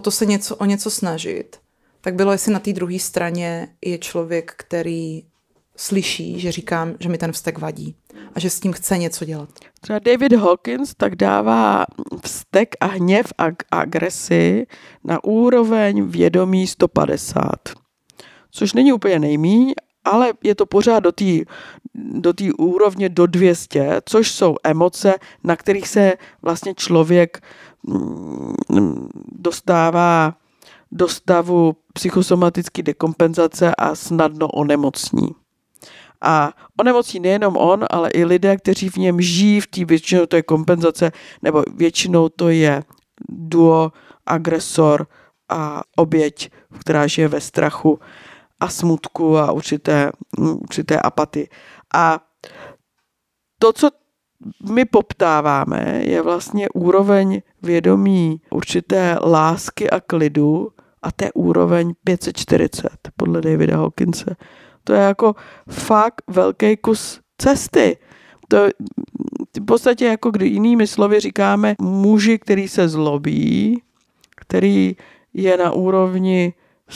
o něco snažit, tak bylo, jestli na té druhé straně je člověk, který slyší, že říkám, že mi ten vztek vadí a že s tím chce něco dělat. Třeba David Hawkins tak dává vztek a hněv a agresi na úroveň vědomí 150. Což není úplně nejmíň, ale je to pořád do té úrovně do 200, což jsou emoce, na kterých se vlastně člověk dostává do stavu psychosomatické dekompenzace a snadno onemocní. A onemocní nejenom on, ale i lidé, kteří v něm žijí, většinou to je kompenzace, nebo většinou to je duo, agresor a oběť, která žije ve strachu a smutku a určité apatii. A to, co my poptáváme, je vlastně úroveň vědomí určité lásky a klidu a to je úroveň 540 podle Davida Hawkinse. To je jako fakt velký kus cesty. To v podstatě jako kdy jinými slovy říkáme muži, který se zlobí, který je na úrovni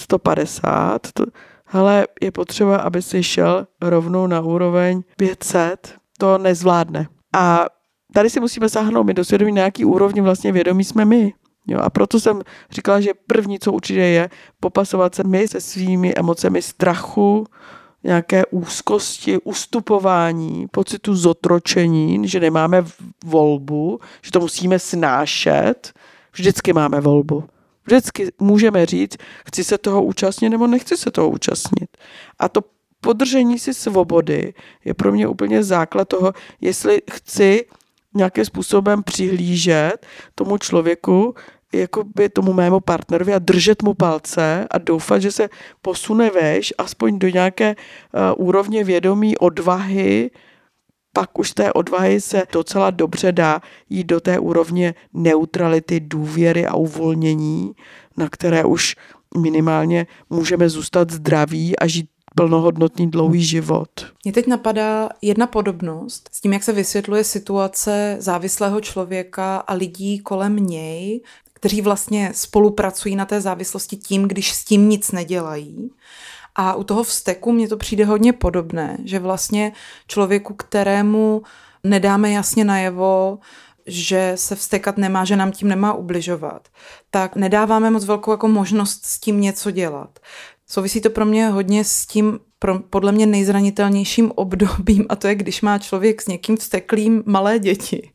150, hele, je potřeba, aby si šel rovnou na úroveň 500, to nezvládne. A tady si musíme sáhnout my do svědomí, na jaký úrovni vlastně vědomí jsme my. Jo, a proto jsem říkala, že první, co určitě je, popasovat se my se svými emocemi strachu, nějaké úzkosti, ustupování, pocitu zotročení, že nemáme volbu, že to musíme snášet. Vždycky máme volbu. Vždycky můžeme říct, chci se toho účastnit nebo nechci se toho účastnit. A to podržení si svobody je pro mě úplně základ toho, jestli chci nějakým způsobem přihlížet tomu člověku, jakoby tomu mému partnerovi a držet mu palce a doufat, že se posune veš, aspoň do nějaké úrovně vědomí, odvahy, pak už z té odvahy se docela dobře dá jít do té úrovně neutrality, důvěry a uvolnění, na které už minimálně můžeme zůstat zdraví a žít plnohodnotný dlouhý život. Mně teď napadá jedna podobnost s tím, jak se vysvětluje situace závislého člověka a lidí kolem něj, kteří vlastně spolupracují na té závislosti tím, když s tím nic nedělají. A u toho vzteku mně to přijde hodně podobné, že vlastně člověku, kterému nedáme jasně najevo, že se vztekat nemá, že nám tím nemá ubližovat, tak nedáváme moc velkou jako možnost s tím něco dělat. Souvisí to pro mě hodně s tím podle mě nejzranitelnějším obdobím a to je, když má člověk s někým vzteklým malé děti.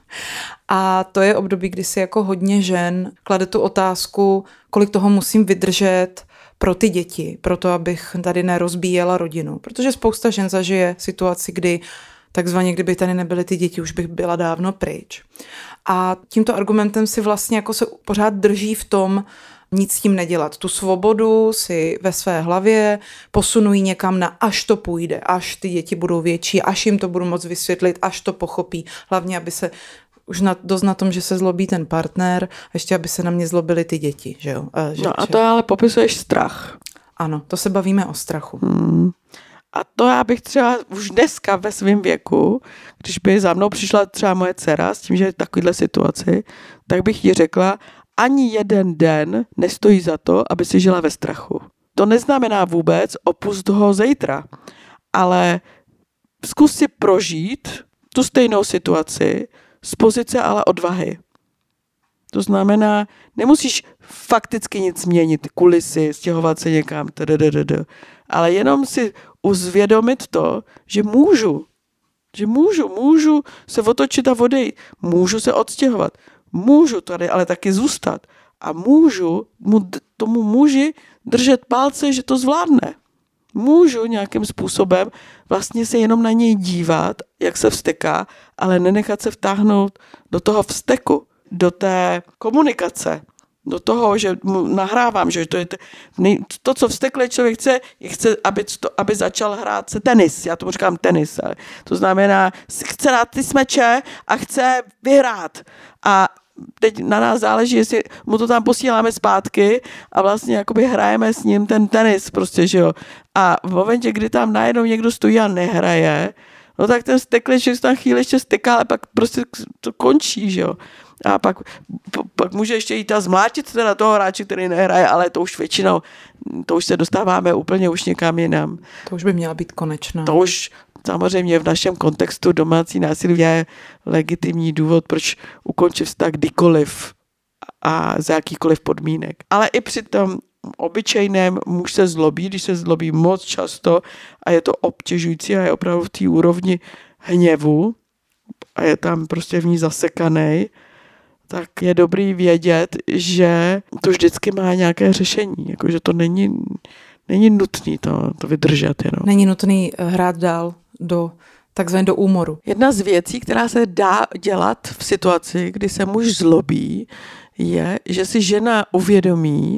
A to je období, kdy si jako hodně žen klade tu otázku, kolik toho musím vydržet pro ty děti, proto abych tady nerozbíjela rodinu. Protože spousta žen zažije situaci, kdy takzvaně, kdyby tady nebyly ty děti, už bych byla dávno pryč. A tímto argumentem si vlastně jako se pořád drží v tom, nic s tím nedělat. Tu svobodu si ve své hlavě posunují někam na až to půjde, až ty děti budou větší, až jim to budu moc vysvětlit, až to pochopí. Hlavně, aby se už dost na tom, že se zlobí ten partner, a ještě aby se na mě zlobily ty děti. Že jo? A to ale popisuješ strach. Ano, to se bavíme o strachu. A to já bych třeba už dneska ve svém věku, když by za mnou přišla třeba moje dcera s tím, že je v takovéhle situaci, tak bych jí řekla, ani jeden den nestojí za to, aby si žila ve strachu. To neznamená vůbec opust ho zítra, ale zkus si prožít tu stejnou situaci z pozice ale odvahy. To znamená, nemusíš fakticky nic změnit, kulisy, stěhovat se někam, ale jenom si uzvědomit to, že můžu se otočit a odejít, můžu se odstěhovat, můžu tady ale taky zůstat a můžu tomu muži držet palce, že to zvládne. Můžu nějakým způsobem vlastně se jenom na něj dívat, jak se vzteká, ale nenechat se vtáhnout do toho vzteku, do té komunikace, do toho, že mu nahrávám, že to je to, co vzteklý člověk chce, aby začal hrát se tenis. Já tomu říkám tenis. To znamená, chce dát ty smeče a chce vyhrát. A teď na nás záleží, jestli mu to tam posíláme zpátky a vlastně jakoby hrajeme s ním ten tenis prostě, že jo. A v momentě, kdy tam najednou někdo stojí a nehraje, no tak ten vzteklý člověk tam chvíli ještě steká, ale pak prostě to končí, že jo. A pak může ještě jít a zmlátit teda toho hráče, který nehraje, ale to už většinou, to už se dostáváme úplně už někam jinam. To už by měla být konečná. To už samozřejmě v našem kontextu domácí násilí je legitimní důvod, proč ukončit vztah kdykoliv a za jakýkoliv podmínek. Ale i při tom obyčejném muž se zlobí, když se zlobí moc často a je to obtěžující a je opravdu v té úrovni hněvu a je tam prostě v ní zasekanej, tak je dobrý vědět, že to vždycky má nějaké řešení, jakože to není nutný to vydržet jenom. Není nutný hrát dál takzvaně do úmoru. Jedna z věcí, která se dá dělat v situaci, kdy se muž zlobí, je, že si žena uvědomí,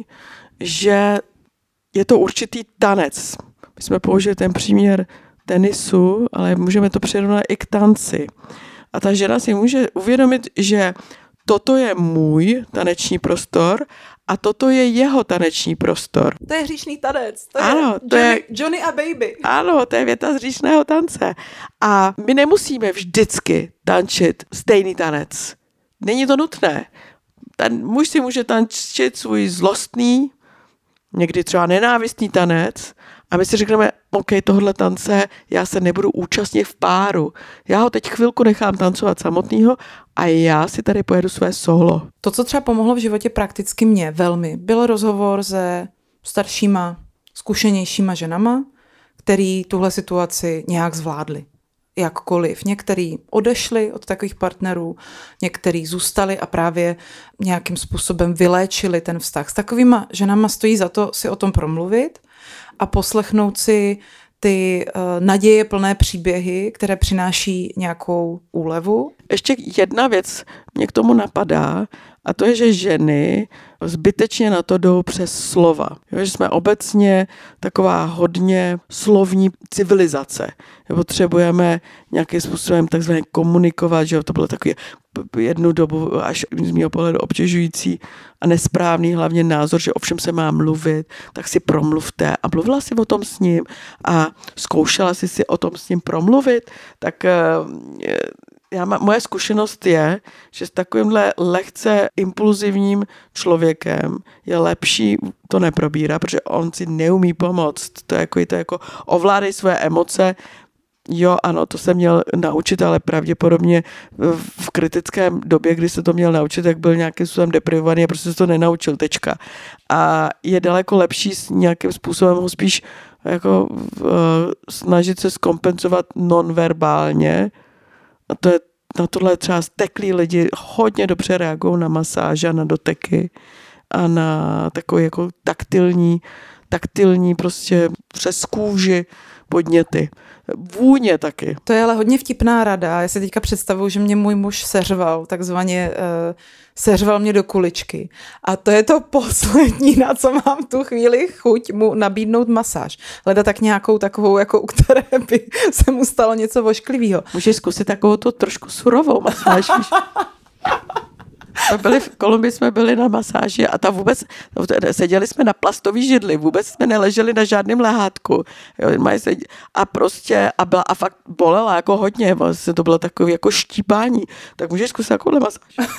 že je to určitý tanec. My jsme použili ten příměr tenisu, ale můžeme to přirovnat i k tanci. A ta žena si může uvědomit, že toto je můj taneční prostor a toto je jeho taneční prostor. To je hříšný tanec. To je Johnny a Baby. Ano, to je věta z hříšného tance. A my nemusíme vždycky tančit stejný tanec. Není to nutné. Ten muž si může tančit svůj zlostný, někdy třeba nenávistný tanec a my si řekneme, OK, tohle tance já se nebudu účastnit v páru. Já ho teď chvilku nechám tancovat samotnýho a já si tady pojedu své solo. To, co třeba pomohlo v životě prakticky mě velmi, byl rozhovor se staršíma, zkušenějšíma ženama, který tuhle situaci nějak zvládli. Jakkoliv. Některý odešli od takových partnerů, některý zůstali a právě nějakým způsobem vyléčili ten vztah. S takovýma ženama stojí za to si o tom promluvit a poslechnout si ty naděje plné příběhy, které přináší nějakou úlevu. Ještě jedna věc mě k tomu napadá a to je, že ženy zbytečně na to jdou přes slova. Jo, že jsme obecně taková hodně slovní civilizace. Potřebujeme nějakým způsobem takzvaně komunikovat, že to bylo takový jednu dobu až z mého pohledu obtěžující a nesprávný hlavně názor, že o všem se má mluvit, tak si promluvte a mluvila si o tom s ním a zkoušela si o tom s ním promluvit, tak moje zkušenost je, že s takovýmhle lehce impulzivním člověkem je lepší to neprobírat, protože on si neumí pomoct. To je jako ovládej své emoce. Jo, ano, to jsem měl naučit, ale pravděpodobně v kritickém době, kdy se to měl naučit, tak byl nějakým způsobem deprivovaný a prostě se to nenaučil, tečka. A je daleko lepší s nějakým způsobem ho spíš jako snažit se zkompenzovat nonverbálně. A to je, na tohle třeba steklí lidi hodně dobře reagují na masáže, na doteky a na takový jako taktilní prostě přes kůži podněty. Vůně taky. To je ale hodně vtipná rada. Já si teďka představuju, že mě můj muž seřval, takzvaně seřval mě do kuličky. A to je to poslední, na co mám tu chvíli chuť mu nabídnout masáž. Hledat tak nějakou takovou, jako u které by se mu stalo něco vošklivého. Můžeš zkusit takovou tu trošku surovou masáž. V Kolumbii jsme byli na masáži a seděli jsme na plastový židli, vůbec jsme neleželi na žádném lehátku. Jo, a fakt bolela jako hodně, vlastně to bylo takové jako štípání. Tak můžeš zkusit takovouhle masáž.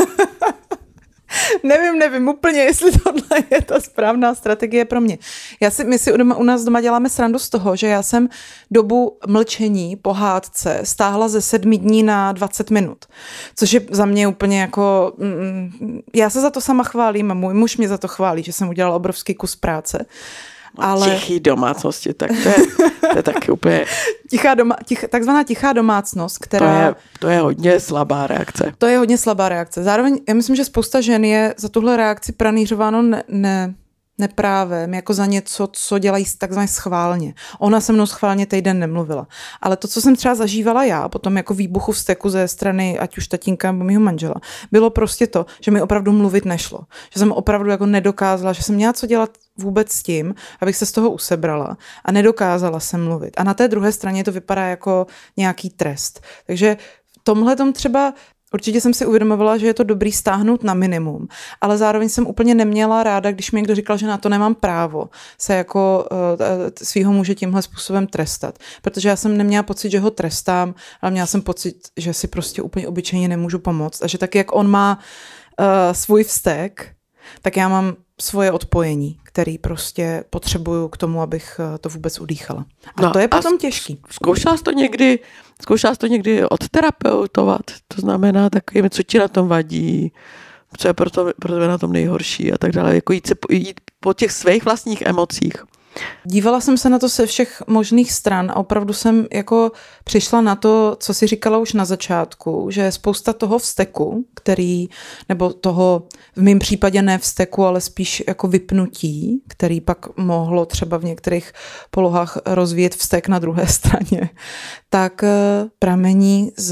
Nevím úplně, jestli tohle je ta správná strategie pro mě. My si u nás doma děláme srandu z toho, že já jsem dobu mlčení po hádce stáhla ze 7 dní na 20 minut. Což je za mě úplně jako... Já se za to sama chválím a můj muž mě za to chválí, že jsem udělala obrovský kus práce. Ale... Tichý domácnosti, tak to je taky úplně... Takzvaná tichá domácnost, která... To je hodně slabá reakce. To je hodně slabá reakce. Zároveň já myslím, že spousta žen je za tuhle reakci pranířováno neprávem, jako za něco, co dělají takzvaně schválně. Ona se mnou schválně týden nemluvila. Ale to, co jsem třeba zažívala já, potom jako výbuchu vzteku ze strany ať už tatínka nebo mýho manžela, bylo prostě to, že mi opravdu mluvit nešlo. Že jsem opravdu jako nedokázala, že jsem měla co dělat vůbec s tím, abych se z toho usebrala a nedokázala jsem mluvit. A na té druhé straně to vypadá jako nějaký trest. Takže v tomhletom třeba určitě jsem si uvědomovala, že je to dobrý stáhnout na minimum, ale zároveň jsem úplně neměla ráda, když mi někdo říkal, že na to nemám právo se jako svýho muže tímhle způsobem trestat. Protože já jsem neměla pocit, že ho trestám, ale měla jsem pocit, že si prostě úplně obyčejně nemůžu pomoct a že taky jak on má svůj vztek, tak já mám svoje odpojení, který prostě potřebuju k tomu, abych to vůbec udýchala. A to je potom těžký. Zkoušela jsi to někdy odterapeutovat? To znamená takovým, co ti na tom vadí, co je pro tebe na tom nejhorší a tak dále. Jako jít po těch svých vlastních emocích. Dívala jsem se na to se všech možných stran a opravdu jsem jako přišla na to, co si říkala už na začátku, že spousta toho vzteku, nebo toho v mém případě ne vzteku, ale spíš jako vypnutí, který pak mohlo třeba v některých polohách rozvíjet vztek na druhé straně, tak pramení z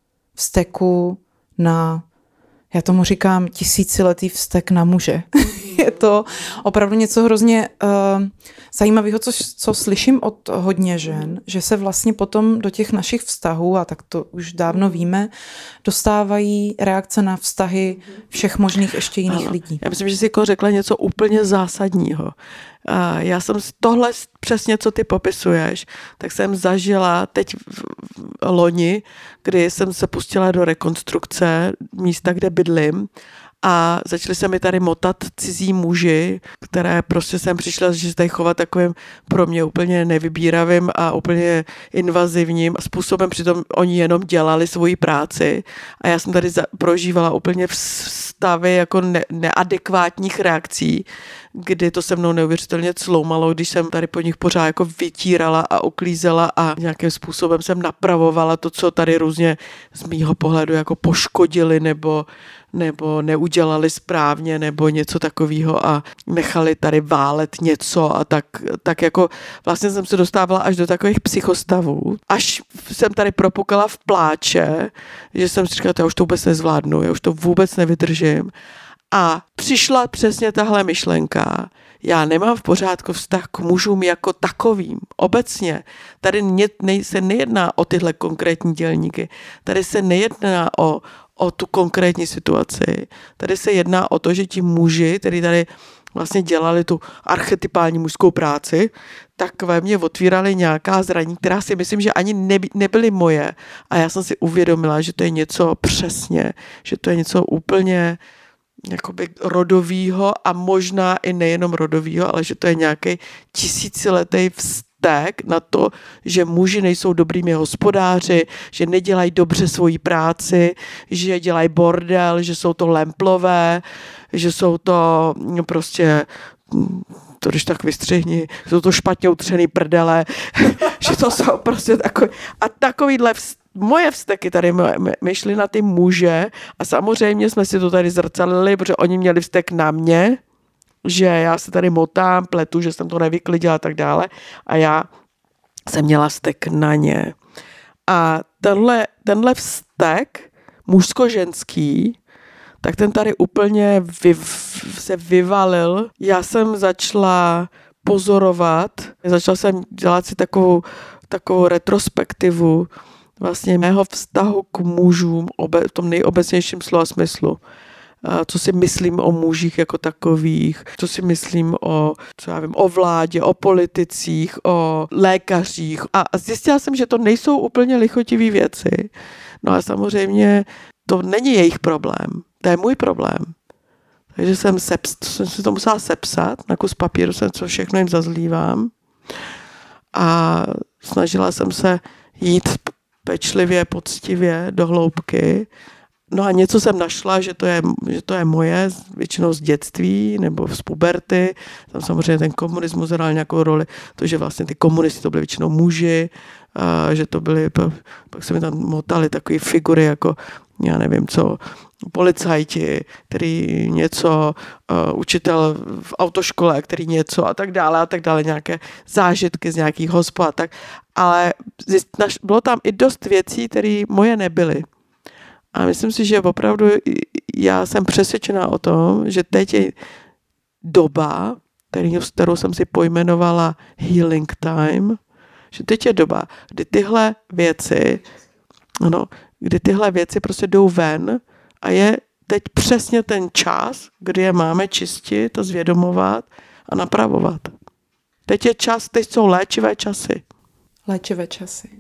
vzteku na, já tomu říkám, tisíciletý vztek na muže. Je to opravdu něco hrozně zajímavého, co slyším od hodně žen, že se vlastně potom do těch našich vztahů, a tak to už dávno víme, dostávají reakce na vztahy všech možných ještě jiných lidí. Já myslím, že jsi jako řekla něco úplně zásadního. Já jsem tohle přesně, co ty popisuješ, tak jsem zažila teď v loni, kdy jsem se pustila do rekonstrukce místa, kde bydlím, a začali se mi tady motat cizí muži, které prostě jsem přišla, že se tady chovat takovým pro mě úplně nevybíravým a úplně invazivním způsobem, přitom oni jenom dělali svoji práci a já jsem tady prožívala úplně stavy jako neadekvátních reakcí, kdy to se mnou neuvěřitelně cloumalo, když jsem tady po nich pořád jako vytírala a uklízela a nějakým způsobem jsem napravovala to, co tady různě z mýho pohledu jako poškodili nebo neudělali správně nebo něco takového a nechali tady válet něco a tak jako vlastně jsem se dostávala až do takových psychostavů, až jsem tady propukala v pláče, že jsem si říkala, já už to vůbec nezvládnu, já už to vůbec nevydržím. A přišla přesně tahle myšlenka, já nemám v pořádku vztah k mužům jako takovým. Obecně. Tady se nejedná o tyhle konkrétní dělníky. Tady se nejedná o tu konkrétní situaci. Tady se jedná o to, že ti muži, kteří tady vlastně dělali tu archetypální mužskou práci, tak ve mně otvírali nějaká zranění, která si myslím, že ani nebyly moje. A já jsem si uvědomila, že to je něco přesně, že to je něco úplně jakoby rodovýho a možná i nejenom rodovýho, ale že to je nějaký tisíciletý vztek na to, že muži nejsou dobrými hospodáři, že nedělají dobře svoji práci, že dělají bordel, že jsou to lemplové, že jsou to prostě, to když tak vystřihni, jsou to špatně utřený prdele, že to jsou prostě takový, a takovýhle moje vzteky tady myšly na ty muže a samozřejmě jsme si to tady zrcalili, protože oni měli vztek na mě, že já se tady motám, pletu, že jsem to nevyklidila a tak dále a já jsem měla vztek na ně. A tenhle vztek mužsko-ženský, tak ten tady úplně se vyvalil. Já jsem začala pozorovat, začala jsem dělat si takovou retrospektivu vlastně mého vztahu k mužům v tom nejobecnějším slova smyslu. Co si myslím o mužích jako takových, co si myslím o vládě, o politicích, o lékařích. A zjistila jsem, že to nejsou úplně lichotivé věci. No a samozřejmě to není jejich problém, to je můj problém. Takže jsem si to musela sepsat, na kus papíru jsem co všechno jim zazlívám a snažila jsem se jít pečlivě, poctivě do hloubky. No a něco jsem našla, že to je moje, většinou z dětství nebo z puberty. Tam samozřejmě ten komunismus hrál nějakou roli. To, že vlastně ty komunisti to byli většinou muži, a že to byly, pak se mi tam motali takové figury jako, já nevím co, policajti, který něco, učitel v autoškole, který něco a tak dále, nějaké zážitky z nějakých hospod a tak. Ale bylo tam i dost věcí, které moje nebyly. A myslím si, že opravdu já jsem přesvědčená o tom, že teď je doba, kterou jsem si pojmenovala healing time, že teď je doba, kdy tyhle věci prostě jdou ven a je teď přesně ten čas, kdy je máme čistit a zvědomovat a napravovat. Teď jsou léčivé časy. Léčivé časy.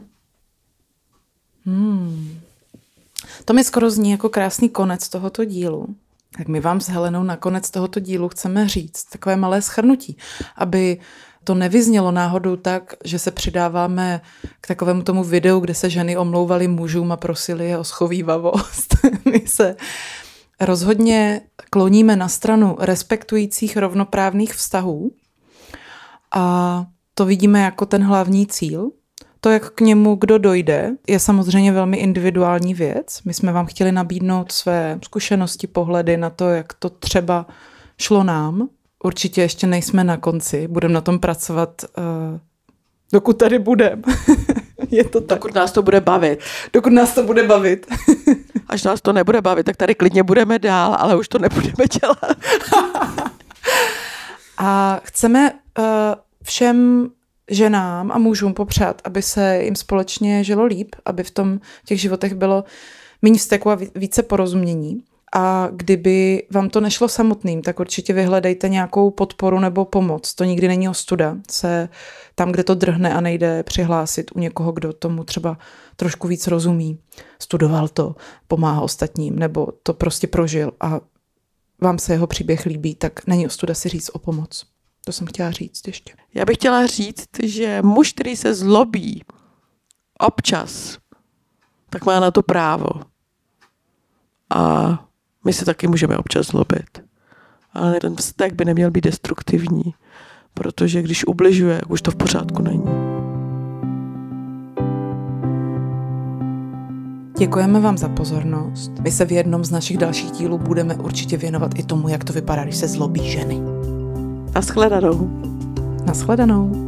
To mi skoro zní jako krásný konec tohoto dílu. Tak my vám s Helenou na konec tohoto dílu chceme říct takové malé shrnutí, aby to nevyznělo náhodou tak, že se přidáváme k takovému tomu videu, kde se ženy omlouvaly mužům a prosili je o schovívavost. My se rozhodně kloníme na stranu respektujících rovnoprávných vztahů a to vidíme jako ten hlavní cíl. To, jak k němu kdo dojde, je samozřejmě velmi individuální věc. My jsme vám chtěli nabídnout své zkušenosti, pohledy na to, jak to třeba šlo nám. Určitě ještě nejsme na konci, budeme na tom pracovat, dokud tady budeme. Je to tak. Dokud nás to bude bavit. Dokud nás to bude bavit. Až nás to nebude bavit, tak tady klidně budeme dál, ale už to nebudeme dělat. A chceme všem ženám a mužům popřát, aby se jim společně žilo líp, aby v těch životech bylo méně vzteku a více porozumění. A kdyby vám to nešlo samotným, tak určitě vyhledejte nějakou podporu nebo pomoc. To nikdy není ostuda. Se tam, kde to drhne a nejde, přihlásit u někoho, kdo tomu třeba trošku víc rozumí. Studoval to, pomáhá ostatním, nebo to prostě prožil a vám se jeho příběh líbí, tak není ostuda si říct o pomoc. To jsem chtěla říct ještě. Já bych chtěla říct, že muž, který se zlobí občas, tak má na to právo. A my se taky můžeme občas zlobit. Ale ten vztek by neměl být destruktivní, protože když ubližuje, už to v pořádku není. Děkujeme vám za pozornost. My se v jednom z našich dalších dílů budeme určitě věnovat i tomu, jak to vypadá, když se zlobí ženy. Naschledanou. Naschledanou.